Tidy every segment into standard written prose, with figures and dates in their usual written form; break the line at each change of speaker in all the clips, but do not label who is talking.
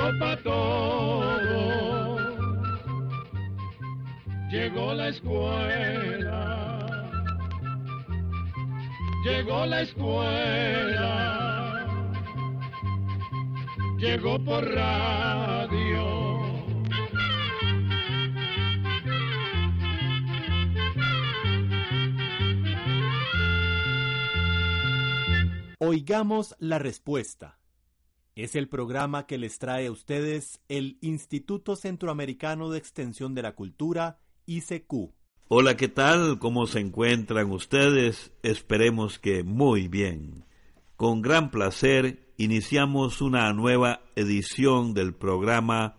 llegó pa' todo, llegó la escuela, llegó la escuela, llegó por radio.
Oigamos la respuesta. Es el programa que les trae a ustedes el Instituto Centroamericano de Extensión de la Cultura, ICQ.
Hola, ¿qué tal? ¿Cómo se encuentran ustedes? Esperemos que muy bien. Con gran placer iniciamos una nueva edición del programa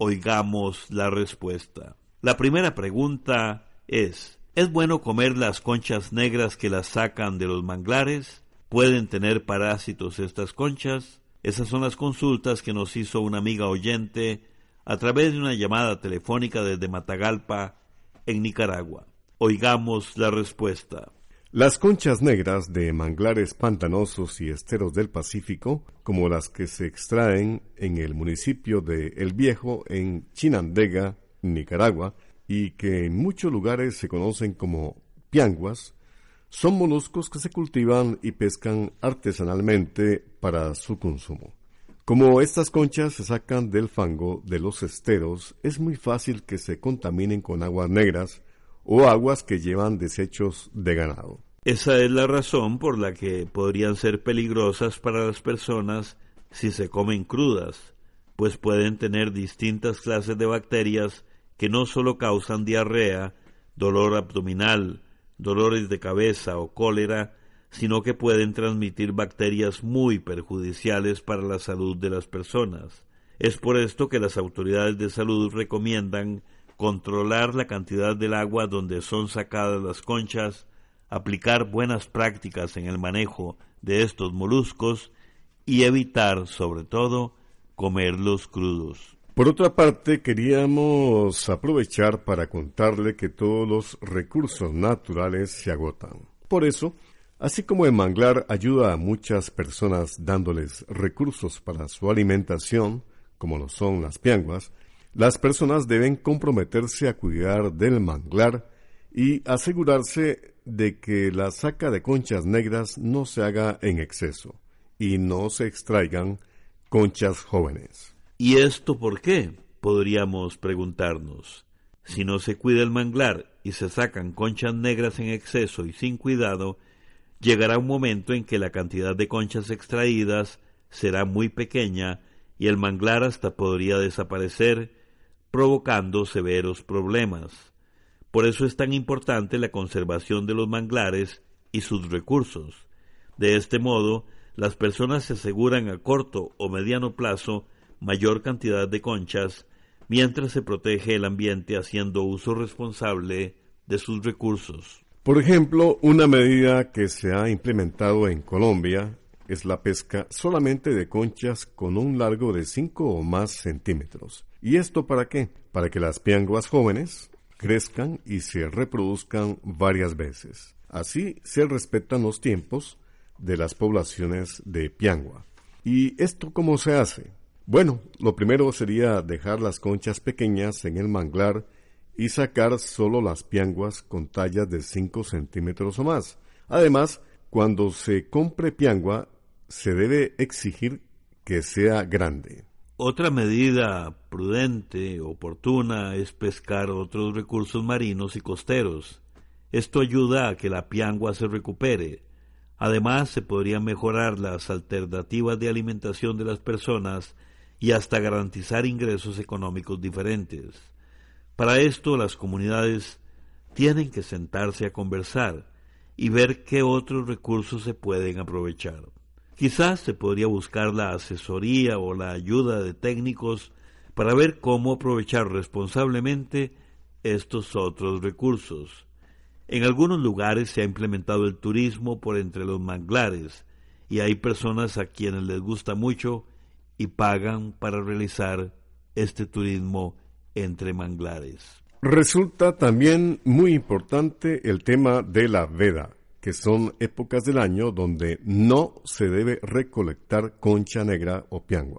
Oigamos la respuesta. La primera pregunta ¿es bueno comer las conchas negras que las sacan de los manglares? ¿Pueden tener parásitos estas conchas? Esas son las consultas que nos hizo una amiga oyente a través de una llamada telefónica desde Matagalpa, en Nicaragua. Oigamos la respuesta.
Las conchas negras de manglares pantanosos y esteros del Pacífico, como las que se extraen en el municipio de El Viejo, en Chinandega, Nicaragua, y que en muchos lugares se conocen como pianguas, son moluscos que se cultivan y pescan artesanalmente para su consumo. Como estas conchas se sacan del fango de los esteros, es muy fácil que se contaminen con aguas negras o aguas que llevan desechos de ganado.
Esa es la razón por la que podrían ser peligrosas para las personas si se comen crudas, pues pueden tener distintas clases de bacterias que no solo causan diarrea, dolor abdominal, dolores de cabeza o cólera, sino que pueden transmitir bacterias muy perjudiciales para la salud de las personas. Es por esto que las autoridades de salud recomiendan controlar la cantidad del agua donde son sacadas las conchas, aplicar buenas prácticas en el manejo de estos moluscos y evitar, sobre todo, comerlos crudos.
Por otra parte, queríamos aprovechar para contarle que todos los recursos naturales se agotan. Por eso, así como el manglar ayuda a muchas personas dándoles recursos para su alimentación, como lo son las pianguas, las personas deben comprometerse a cuidar del manglar y asegurarse de que la saca de conchas negras no se haga en exceso y no se extraigan conchas jóvenes.
¿Y esto por qué? Podríamos preguntarnos. Si no se cuida el manglar y se sacan conchas negras en exceso y sin cuidado, llegará un momento en que la cantidad de conchas extraídas será muy pequeña y el manglar hasta podría desaparecer, provocando severos problemas. Por eso es tan importante la conservación de los manglares y sus recursos. De este modo, las personas se aseguran a corto o mediano plazo mayor cantidad de conchas, mientras se protege el ambiente haciendo uso responsable de sus recursos.
Por ejemplo, una medida que se ha implementado en Colombia es la pesca solamente de conchas con un largo de 5 o más centímetros. ¿Y esto para qué? Para que las pianguas jóvenes crezcan y se reproduzcan varias veces. Así se respetan los tiempos de las poblaciones de piangua. ¿Y esto cómo se hace? Bueno, lo primero sería dejar las conchas pequeñas en el manglar y sacar solo las pianguas con tallas de 5 centímetros o más. Además, cuando se compre piangua, se debe exigir que sea grande.
Otra medida prudente, oportuna, es pescar otros recursos marinos y costeros. Esto ayuda a que la piangua se recupere. Además, se podrían mejorar las alternativas de alimentación de las personas y hasta garantizar ingresos económicos diferentes. Para esto, las comunidades tienen que sentarse a conversar y ver qué otros recursos se pueden aprovechar. Quizás se podría buscar la asesoría o la ayuda de técnicos para ver cómo aprovechar responsablemente estos otros recursos. En algunos lugares se ha implementado el turismo por entre los manglares y hay personas a quienes les gusta mucho y pagan para realizar este turismo entre manglares.
Resulta también muy importante el tema de la veda, que son épocas del año donde no se debe recolectar concha negra o piangua.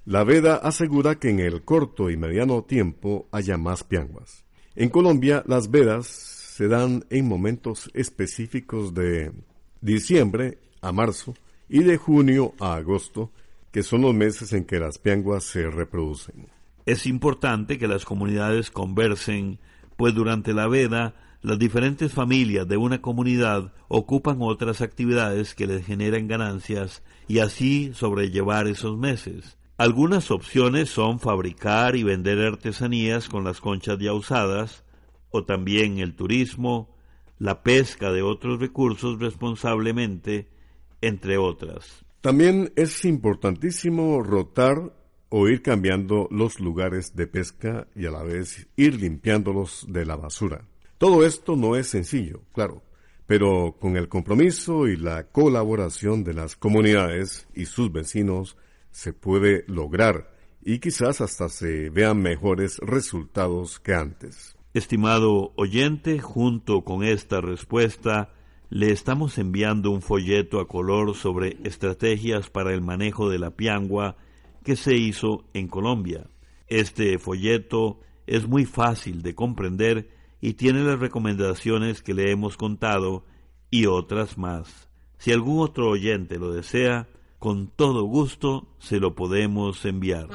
La veda asegura que en el corto y mediano tiempo haya más pianguas. En Colombia, las vedas se dan en momentos específicos de diciembre a marzo y de junio a agosto, que son los meses en que las pianguas se reproducen.
Es importante que las comunidades conversen, pues durante la veda las diferentes familias de una comunidad ocupan otras actividades que les generan ganancias y así sobrellevar esos meses. Algunas opciones son fabricar y vender artesanías con las conchas ya usadas, o también el turismo, la pesca de otros recursos responsablemente, entre otras.
También es importantísimo rotar o ir cambiando los lugares de pesca y a la vez ir limpiándolos de la basura. Todo esto no es sencillo, claro, pero con el compromiso y la colaboración de las comunidades y sus vecinos se puede lograr y quizás hasta se vean mejores resultados que antes.
Estimado oyente, junto con esta respuesta, le estamos enviando un folleto a color sobre estrategias para el manejo de la piangua que se hizo en Colombia. Este folleto es muy fácil de comprender y tiene las recomendaciones que le hemos contado y otras más. Si algún otro oyente lo desea, con todo gusto se lo podemos enviar.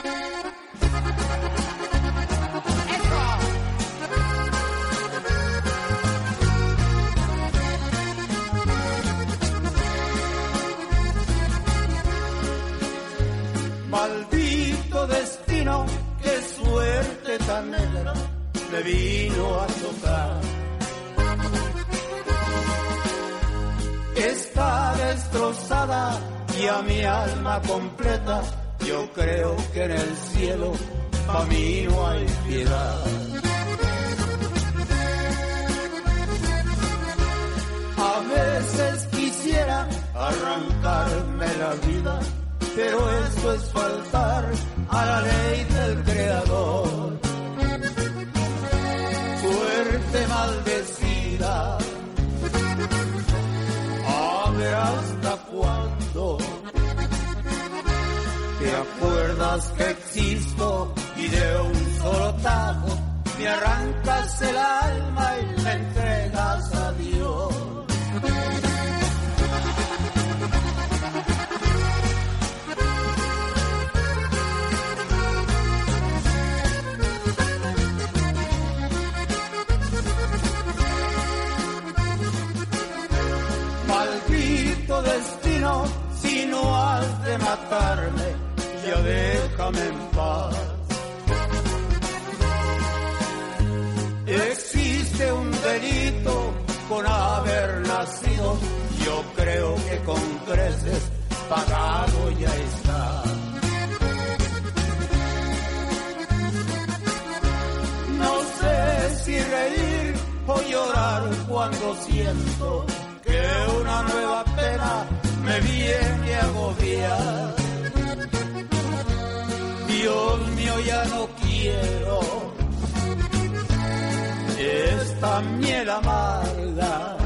Maldito destino, qué suerte tan negra me vino a tocar. Está destrozada y a mi alma completa, yo creo que en el cielo pa' mí no hay piedad. A veces quisiera arrancarme la vida, pero esto es faltar a la ley del Creador. Suerte maldecida, a ver hasta cuándo. ¿Te acuerdas que existo y de un solo tajo me arrancas el alma y me entregas a Dios? Maldito destino, si no has de matarme, ya déjame en paz. Existe un delito con haber nacido, yo creo que con creces pagado ya está. No sé si reír o llorar cuando siento que una nueva pena me viene a agobiar. Dios mío, ya no quiero esta miel amarga,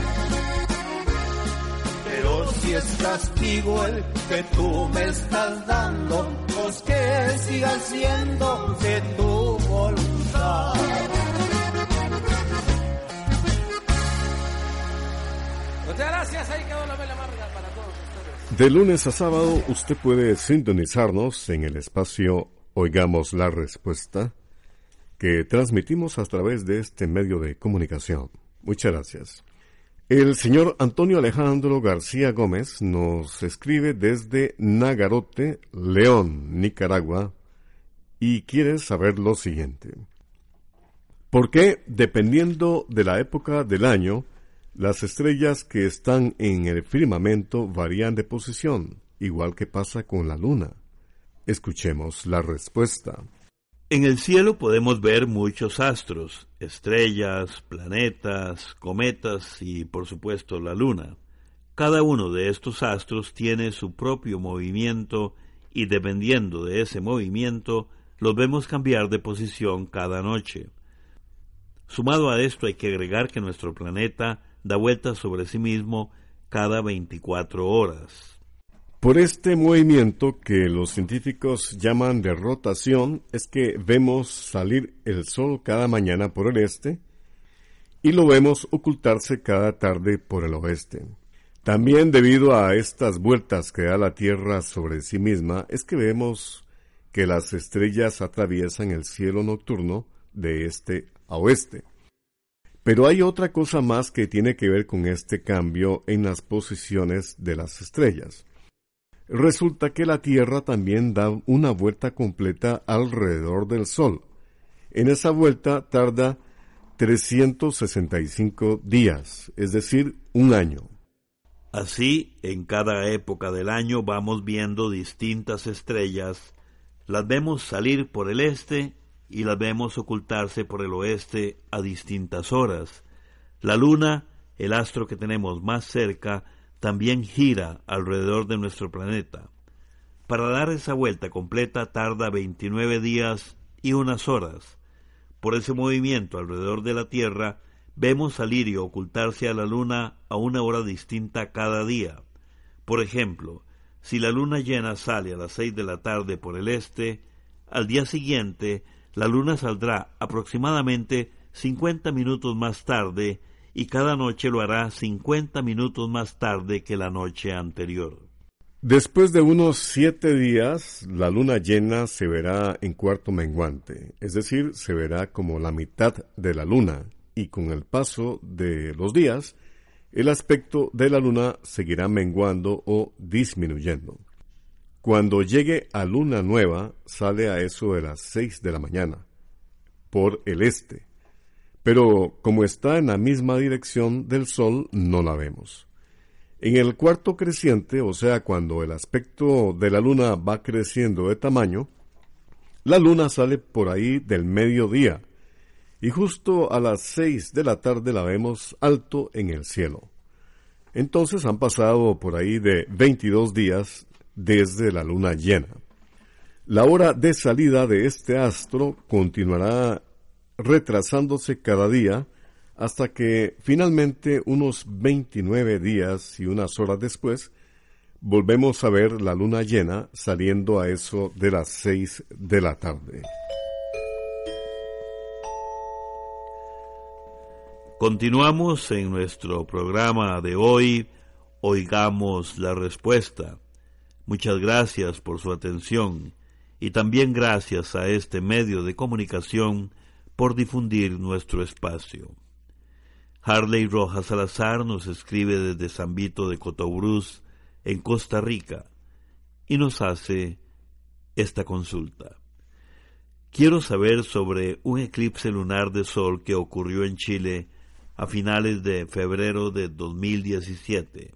pero si es castigo el que tú me estás dando, pues que siga siendo de tu voluntad. Muchas gracias, ahí quedó la vela amarga para todos ustedes.
De lunes a sábado usted puede sintonizarnos en el espacio Oigamos la Respuesta, que transmitimos a través de este medio de comunicación. Muchas gracias. El señor Antonio Alejandro García Gómez nos escribe desde Nagarote, León, Nicaragua, y quiere saber lo siguiente. ¿Por qué, dependiendo de la época del año, las estrellas que están en el firmamento varían de posición, igual que pasa con la luna? Escuchemos la respuesta.
En el cielo podemos ver muchos astros, estrellas, planetas, cometas y, por supuesto, la luna. Cada uno de estos astros tiene su propio movimiento y, dependiendo de ese movimiento, los vemos cambiar de posición cada noche. Sumado a esto hay que agregar que nuestro planeta da vueltas sobre sí mismo cada 24 horas.
Por este movimiento que los científicos llaman de rotación es que vemos salir el sol cada mañana por el este y lo vemos ocultarse cada tarde por el oeste. También debido a estas vueltas que da la Tierra sobre sí misma es que vemos que las estrellas atraviesan el cielo nocturno de este a oeste. Pero hay otra cosa más que tiene que ver con este cambio en las posiciones de las estrellas. Resulta que la Tierra también da una vuelta completa alrededor del Sol. En esa vuelta tarda 365 días, es decir, un año.
Así, en cada época del año vamos viendo distintas estrellas, las vemos salir por el este y las vemos ocultarse por el oeste a distintas horas. La Luna, el astro que tenemos más cerca, también gira alrededor de nuestro planeta. Para dar esa vuelta completa tarda 29 días y unas horas. Por ese movimiento alrededor de la Tierra, vemos salir y ocultarse a la Luna a una hora distinta cada día. Por ejemplo, si la luna llena sale a las 6 de la tarde por el este, al día siguiente la Luna saldrá aproximadamente 50 minutos más tarde y cada noche lo hará 50 minutos más tarde que la noche anterior.
Después de unos 7 días, la luna llena se verá en cuarto menguante, es decir, se verá como la mitad de la luna, y con el paso de los días, el aspecto de la luna seguirá menguando o disminuyendo. Cuando llegue a luna nueva, sale a eso de las 6 de la mañana, por el este. Pero como está en la misma dirección del Sol, no la vemos. En el cuarto creciente, o sea, cuando el aspecto de la Luna va creciendo de tamaño, la Luna sale por ahí del mediodía, y justo a las 6 de la tarde la vemos alto en el cielo. Entonces han pasado por ahí de 22 días desde la Luna llena. La hora de salida de este astro continuará retrasándose cada día hasta que finalmente unos 29 días y unas horas después volvemos a ver la luna llena saliendo a eso de las 6 de la tarde.
Continuamos en nuestro programa de hoy, Oigamos la Respuesta. Muchas gracias por su atención y también gracias a este medio de comunicación por difundir nuestro espacio. Harley Rojas Salazar nos escribe desde San Vito de Cotobruz, en Costa Rica, y nos hace esta consulta. Quiero saber sobre un eclipse lunar de sol que ocurrió en Chile a finales de febrero de 2017.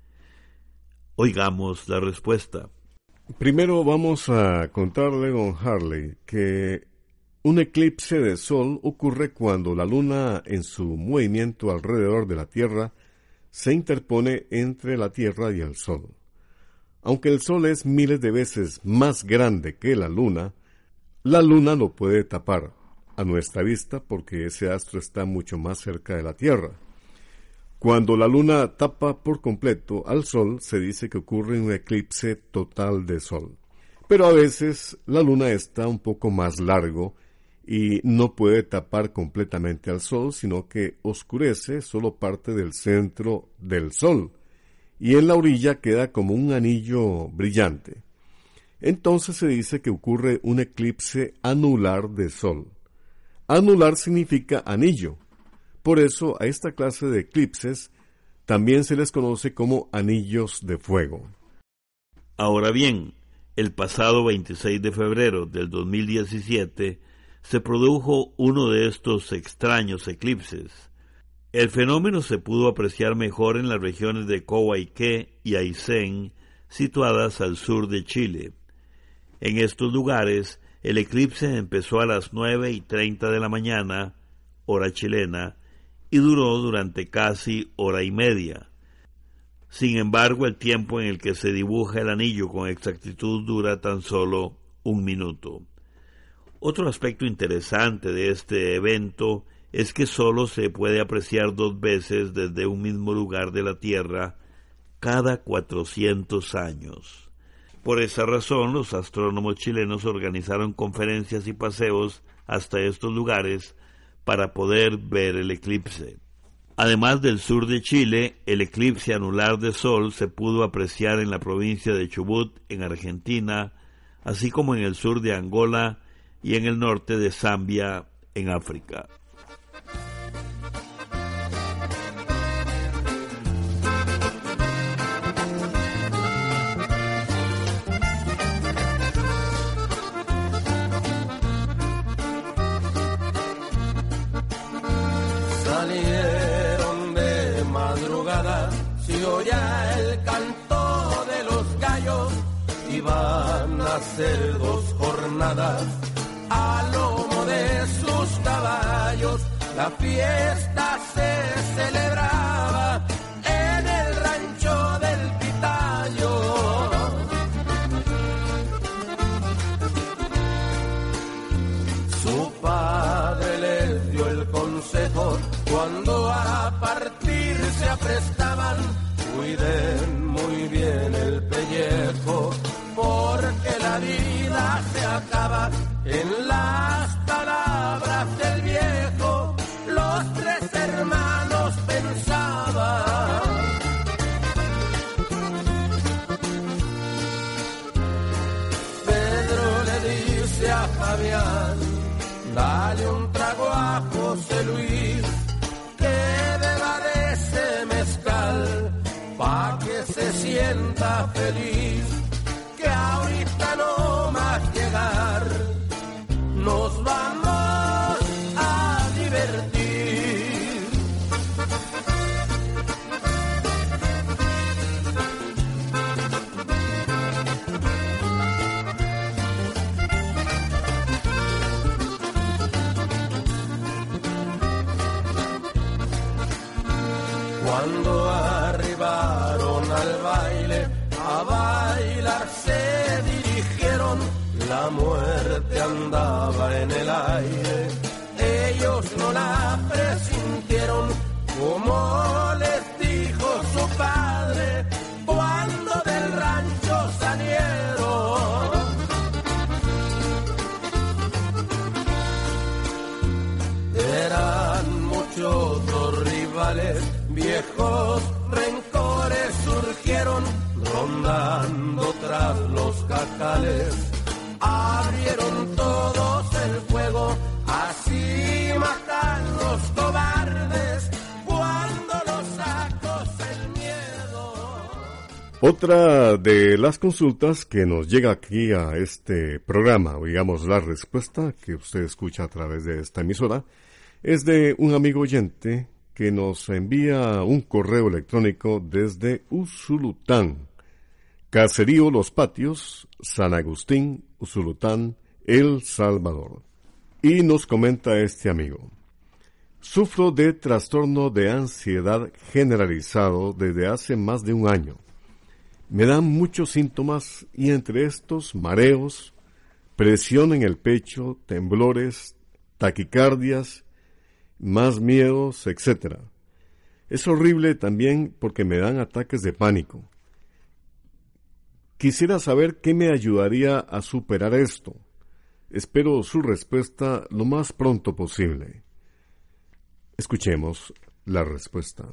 Oigamos la respuesta.
Primero vamos a contarle, don Harley, que un eclipse de sol ocurre cuando la luna, en su movimiento alrededor de la Tierra, se interpone entre la Tierra y el sol. Aunque el sol es miles de veces más grande que la luna lo puede tapar a nuestra vista porque ese astro está mucho más cerca de la Tierra. Cuando la luna tapa por completo al sol, se dice que ocurre un eclipse total de sol. Pero a veces la luna está un poco más largo y no puede tapar completamente al sol, sino que oscurece solo parte del centro del sol, y en la orilla queda como un anillo brillante. Entonces se dice que ocurre un eclipse anular de sol. Anular significa anillo. Por eso a esta clase de eclipses también se les conoce como anillos de fuego.
Ahora bien, el pasado 26 de febrero del 2017 se produjo uno de estos extraños eclipses. El fenómeno se pudo apreciar mejor en las regiones de Coyhaique y Aysén, situadas al sur de Chile. En estos lugares, el eclipse empezó a las 9:30 de la mañana, hora chilena, y duró durante casi hora y media. Sin embargo, el tiempo en el que se dibuja el anillo con exactitud dura tan solo 1 minuto. Otro aspecto interesante de este evento es que solo se puede apreciar 2 veces desde un mismo lugar de la Tierra cada 400 años. Por esa razón, los astrónomos chilenos organizaron conferencias y paseos hasta estos lugares para poder ver el eclipse. Además del sur de Chile, el eclipse anular de sol se pudo apreciar en la provincia de Chubut, en Argentina, así como en el sur de Angola y en el norte de Zambia, en África.
Salieron de madrugada, se oía el canto de los gallos, iban a hacer 2 jornadas, a lomo de sus caballos, la fiesta se celebraba en el rancho del Pitayo. Su padre les dio el consejo, cuando a partir se aprestaban, cuiden muy bien el pellejo, porque la vida se acaba. En las palabras del viejo, los 3 hermanos pensaban. Pedro le dice a Fabián, dale un trago a José Luis, que beba de ese mezcal, pa' que se sienta feliz, que ahorita no más llegar, nos vamos a divertir. Cuando arribaron al baile, a bailar se dirigieron, la muerte andaba en el aire, ellos no la presintieron, como les dijo su padre, cuando del rancho salieron. Eran muchos los rivales, viejos rencores surgieron, rondando tras los jacales, abrieron todos el fuego, así matan los cobardes, cuando los acosa el miedo.
Otra de las consultas que nos llega aquí a este programa, digamos la respuesta que usted escucha a través de esta emisora, es de un amigo oyente que nos envía un correo electrónico desde Usulután, Caserío Los Patios, San Agustín, Usulután, El Salvador. Y nos comenta este amigo: sufro de trastorno de ansiedad generalizado desde hace más de 1 año. Me dan muchos síntomas y entre estos mareos, presión en el pecho, temblores, taquicardias, más miedos, etc. Es horrible también porque me dan ataques de pánico. Quisiera saber qué me ayudaría a superar esto. Espero su respuesta lo más pronto posible. Escuchemos la respuesta.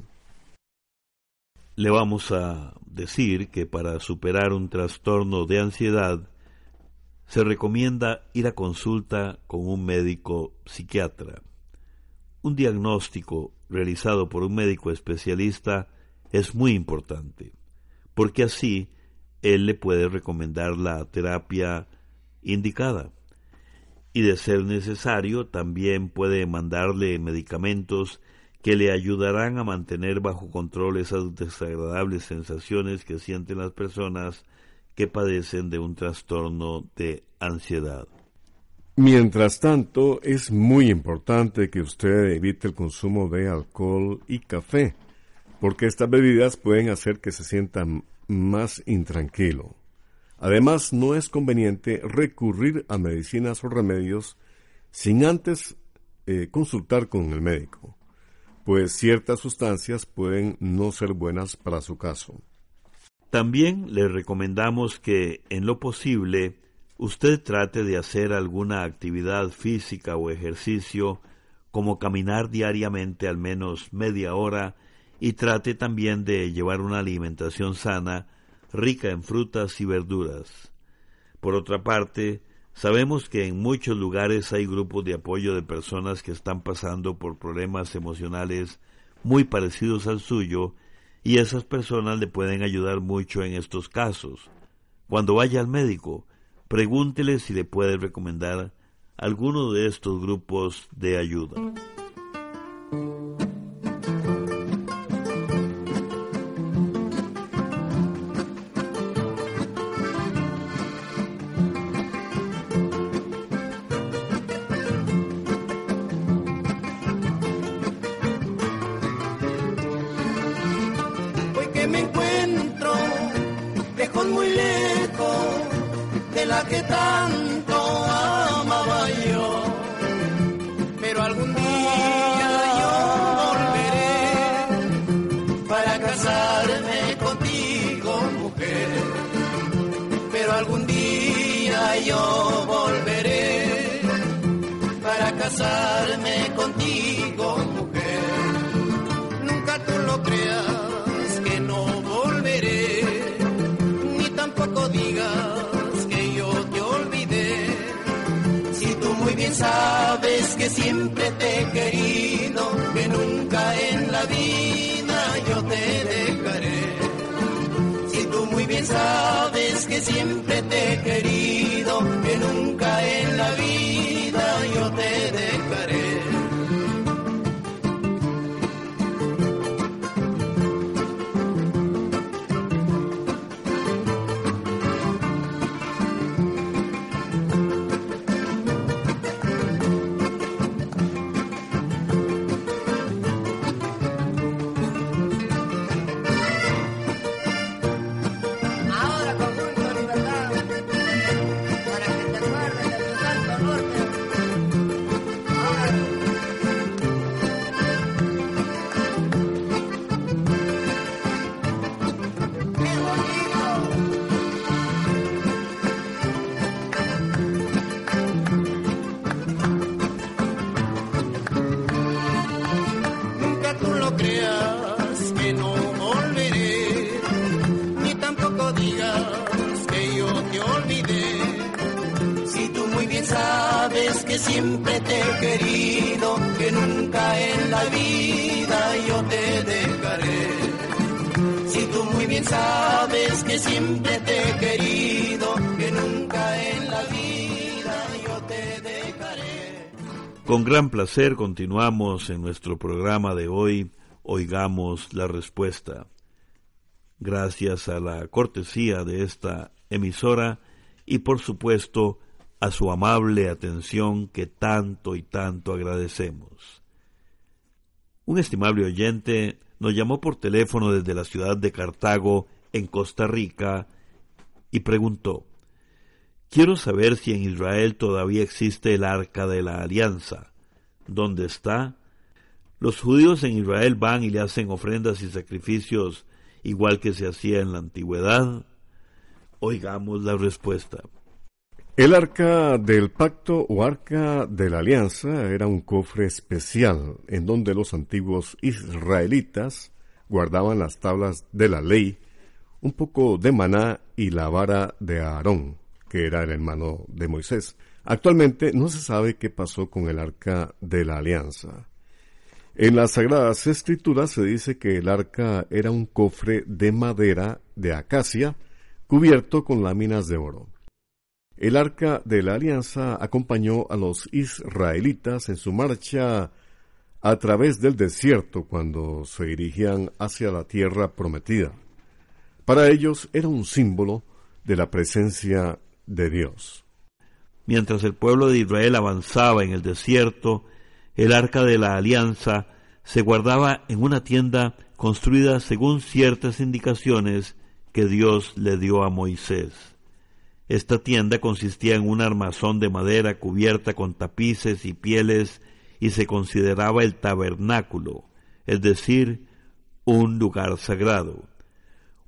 Le vamos a decir que para superar un trastorno de ansiedad se recomienda ir a consulta con un médico psiquiatra. Un diagnóstico realizado por un médico especialista es muy importante, porque así él le puede recomendar la terapia indicada y, de ser necesario, también puede mandarle medicamentos que le ayudarán a mantener bajo control esas desagradables sensaciones que sienten las personas que padecen de un trastorno de ansiedad.
Mientras tanto, es muy importante que usted evite el consumo de alcohol y café, porque estas bebidas pueden hacer que se sienta más intranquilo. Además, no es conveniente recurrir a medicinas o remedios sin antes consultar con el médico, pues ciertas sustancias pueden no ser buenas para su caso.
También le recomendamos que, en lo posible, usted trate de hacer alguna actividad física o ejercicio, como caminar diariamente al menos media hora, y trate también de llevar una alimentación sana, rica en frutas y verduras. Por otra parte, sabemos que en muchos lugares hay grupos de apoyo de personas que están pasando por problemas emocionales muy parecidos al suyo, y esas personas le pueden ayudar mucho en estos casos. Cuando vaya al médico, pregúntele si le puede recomendar alguno de estos grupos de ayuda.
Me encuentro lejos, muy lejos de la que tanto amaba yo, pero algún día yo volveré para casarme contigo, mujer, pero algún día yo volveré para casarme contigo, mujer. Nunca tú lo creas, digas que yo te olvidé, si tú muy bien sabes que siempre te he querido, que nunca en la vida yo te dejaré. Si tú muy bien sabes que siempre te he querido, que nunca en la vida yo te dejaré. Sabes que siempre te he querido, que nunca en la vida yo te dejaré. Si tú muy bien sabes que siempre te he querido, que nunca en la vida yo te dejaré.
Con gran placer continuamos en nuestro programa de hoy, Oigamos la Respuesta. Gracias a la cortesía de esta emisora y por supuesto a su amable atención que tanto y tanto agradecemos. Un estimable oyente nos llamó por teléfono desde la ciudad de Cartago, en Costa Rica, y preguntó: quiero saber si en Israel todavía existe el Arca de la Alianza. ¿Dónde está? ¿Los judíos en Israel van y le hacen ofrendas y sacrificios igual que se hacía en la antigüedad? Oigamos la respuesta.
El Arca del Pacto o Arca de la Alianza era un cofre especial en donde los antiguos israelitas guardaban las tablas de la ley, un poco de maná y la vara de Aarón, que era el hermano de Moisés. Actualmente no se sabe qué pasó con el Arca de la Alianza. En las Sagradas Escrituras se dice que el arca era un cofre de madera de acacia cubierto con láminas de oro. El Arca de la Alianza acompañó a los israelitas en su marcha a través del desierto cuando se dirigían hacia la tierra prometida. Para ellos era un símbolo de la presencia de Dios.
Mientras el pueblo de Israel avanzaba en el desierto, el Arca de la Alianza se guardaba en una tienda construida según ciertas indicaciones que Dios le dio a Moisés. Esta tienda consistía en un armazón de madera cubierta con tapices y pieles y se consideraba el tabernáculo, es decir, un lugar sagrado.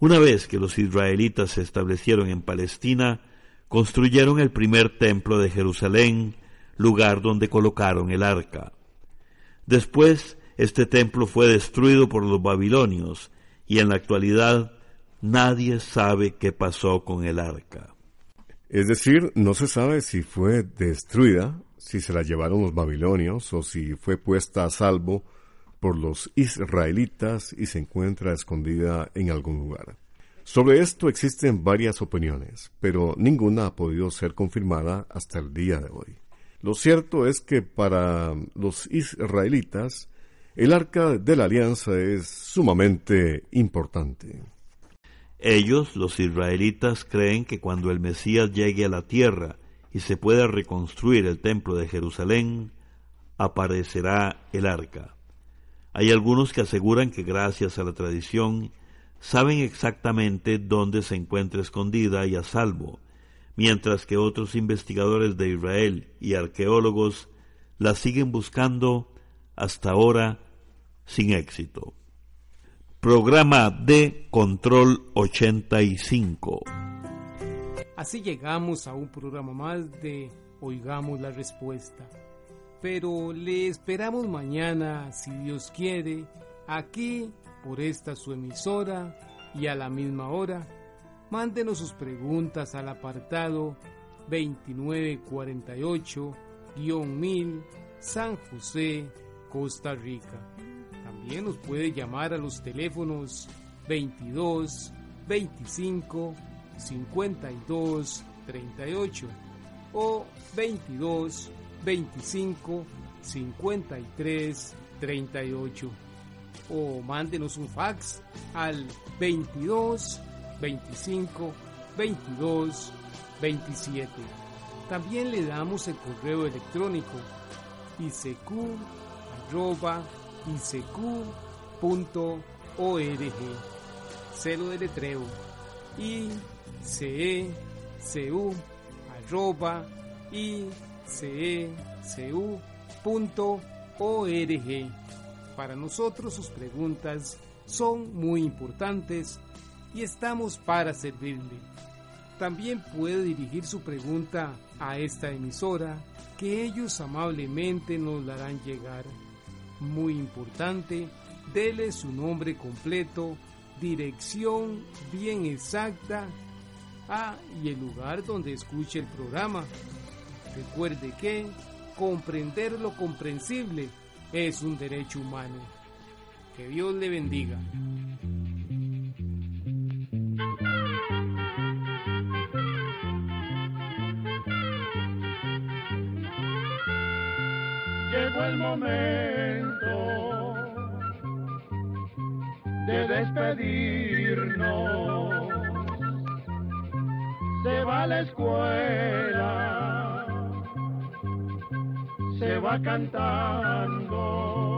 Una vez que los israelitas se establecieron en Palestina, construyeron el primer templo de Jerusalén, lugar donde colocaron el arca. Después, este templo fue destruido por los babilonios, y en la actualidad nadie sabe qué pasó con el arca.
Es decir, no se sabe si fue destruida, si se la llevaron los babilonios o si fue puesta a salvo por los israelitas y se encuentra escondida en algún lugar. Sobre esto existen varias opiniones, pero ninguna ha podido ser confirmada hasta el día de hoy. Lo cierto es que para los israelitas, el Arca de la Alianza es sumamente importante.
Ellos, los israelitas, creen que cuando el Mesías llegue a la tierra y se pueda reconstruir el templo de Jerusalén, aparecerá el arca. Hay algunos que aseguran que gracias a la tradición saben exactamente dónde se encuentra escondida y a salvo, mientras que otros investigadores de Israel y arqueólogos la siguen buscando hasta ahora sin éxito. Programa de Control 85.
Así llegamos a un programa más de Oigamos la Respuesta. Pero le esperamos mañana, si Dios quiere, aquí por esta su emisora y a la misma hora. Mándenos sus preguntas al apartado 2948-1000 San José, Costa Rica. También nos puede llamar a los teléfonos 22 25 52 38 o 22 25 53 38 o mándenos un fax al 22 25 22 27. También le damos el correo electrónico icq@icq.org. Se lo deletreo: icecu@icecu.org. Para nosotros sus preguntas son muy importantes y estamos para servirle. También puede dirigir su pregunta a esta emisora, que ellos amablemente nos la harán llegar. Muy importante, dele su nombre completo, dirección bien exacta, y el lugar donde escuche el programa. Recuerde que comprender lo comprensible es un derecho humano. Que Dios le bendiga.
Llegó el momento de despedirnos. Se va a la escuela, se va cantando.